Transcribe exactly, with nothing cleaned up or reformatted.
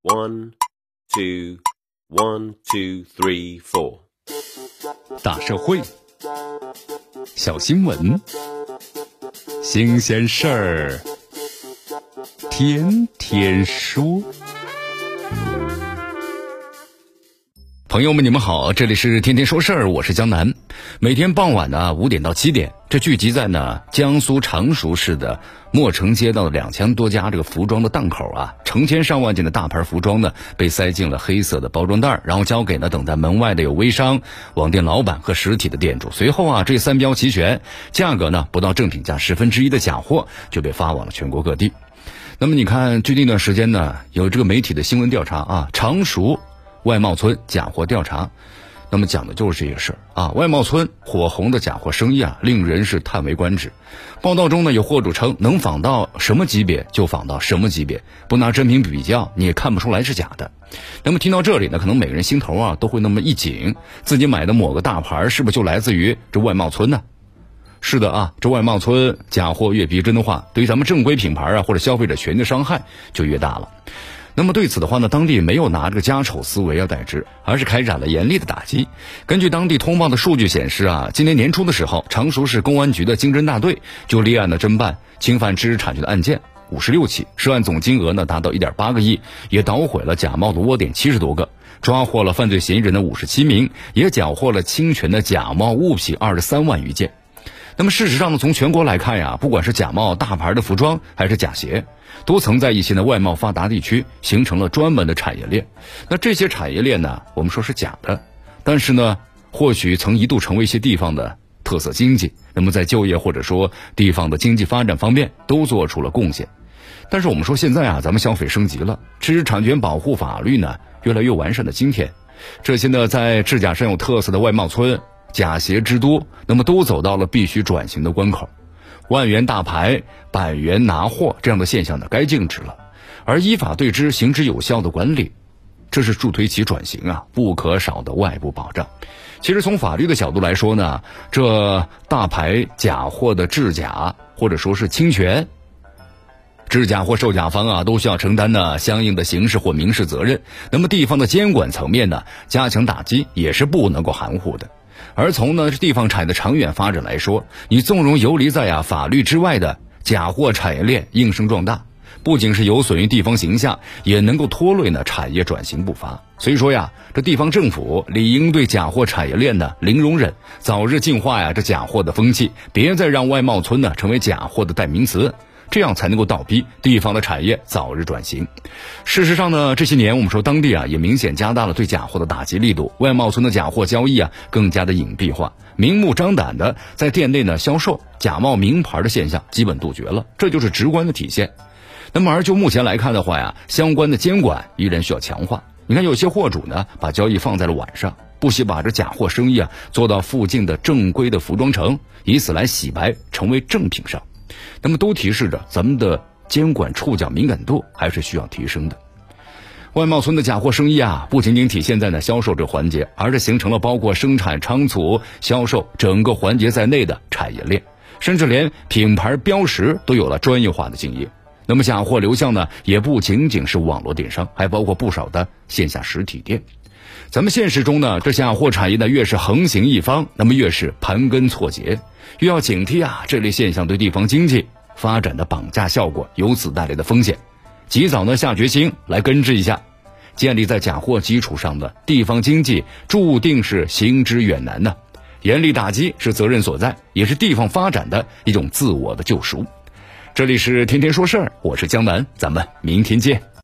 One, two, one, two, three, four。 大社会，小新闻，新鲜事儿，天天说。朋友们，你们好，这里是天天说事儿，我是江南。每天傍晚呢五点到七点，这聚集在呢江苏常熟市的墨城街道的两千多家这个服装的档口啊，成千上万件的大牌服装呢被塞进了黑色的包装袋，然后交给呢等在门外的有微商、网店老板和实体的店主。随后啊，这三标齐全，价格呢不到正品价十分之一的假货就被发往了全国各地。那么你看，最近一段时间呢，有这个媒体的新闻调查啊，常熟外贸村假货调查，那么讲的就是这个事儿啊。外贸村火红的假货生意啊，令人是叹为观止。报道中呢，有货主称能仿到什么级别就仿到什么级别，不拿真品比较，你也看不出来是假的。那么听到这里呢，可能每个人心头啊都会那么一紧，自己买的某个大牌是不是就来自于这外贸村呢？是的啊，这外贸村假货越逼真的话，对于咱们正规品牌啊或者消费者权益的伤害就越大了。那么对此的话呢，当地没有拿这个家丑思维而代之，而是开展了严厉的打击。根据当地通报的数据显示啊，今年年初的时候，常熟市公安局的经侦大队就立案的侦办侵犯知识产权的案件五十六起，涉案总金额呢达到 一点八个亿，也捣毁了假冒的窝点七十多个，抓获了犯罪嫌疑人的五十七名，也缴获了侵权的假冒物品二十三万余件。那么事实上呢，从全国来看呀，不管是假冒大牌的服装还是假鞋，都曾在一些的外贸发达地区形成了专门的产业链。那这些产业链呢，我们说是假的，但是呢，或许曾一度成为一些地方的特色经济，那么在就业或者说地方的经济发展方面都做出了贡献。但是我们说现在啊，咱们消费升级了，知识产权保护法律呢越来越完善的今天，这些呢在制假上有特色的外贸村假鞋之都，那么都走到了必须转型的关口。万元大牌百元拿货这样的现象呢该禁止了，而依法对之行之有效的管理，这是助推其转型啊不可少的外部保障。其实从法律的角度来说呢，这大牌假货的制假或者说是侵权，制假或售假方啊都需要承担呢相应的刑事或民事责任。那么地方的监管层面呢加强打击也是不能够含糊的。而从呢地方产业的长远发展来说，你纵容游离在啊法律之外的假货产业链应声壮大，不仅是有损于地方形象，也能够拖累呢产业转型步伐。所以说呀，这地方政府理应对假货产业链呢零容忍，早日净化呀这假货的风气，别再让外贸村呢成为假货的代名词，这样才能够倒逼地方的产业早日转型。事实上呢，这些年我们说当地啊也明显加大了对假货的打击力度，外贸村的假货交易啊更加的隐蔽化，明目张胆的在店内呢销售假冒名牌的现象基本杜绝了，这就是直观的体现。那么而就目前来看的话呀，相关的监管依然需要强化。你看有些货主呢把交易放在了晚上，不惜把这假货生意啊做到附近的正规的服装城，以此来洗白成为正品商。那么都提示着咱们的监管触角敏感度还是需要提升的。外贸村的假货生意啊，不仅仅体现在呢销售这环节，而是形成了包括生产、仓储、销售整个环节在内的产业链，甚至连品牌标识都有了专业化的经营。那么假货流向呢，也不仅仅是网络电商，还包括不少的线下实体店。咱们现实中呢，这假货产业呢越是横行一方，那么越是盘根错节，越要警惕啊这类现象对地方经济发展的绑架效果由此带来的风险，及早呢下决心来根治一下。建立在假货基础上的地方经济注定是行之远难呢。严厉打击是责任所在，也是地方发展的一种自我的救赎。这里是天天说事儿，我是江南，咱们明天见。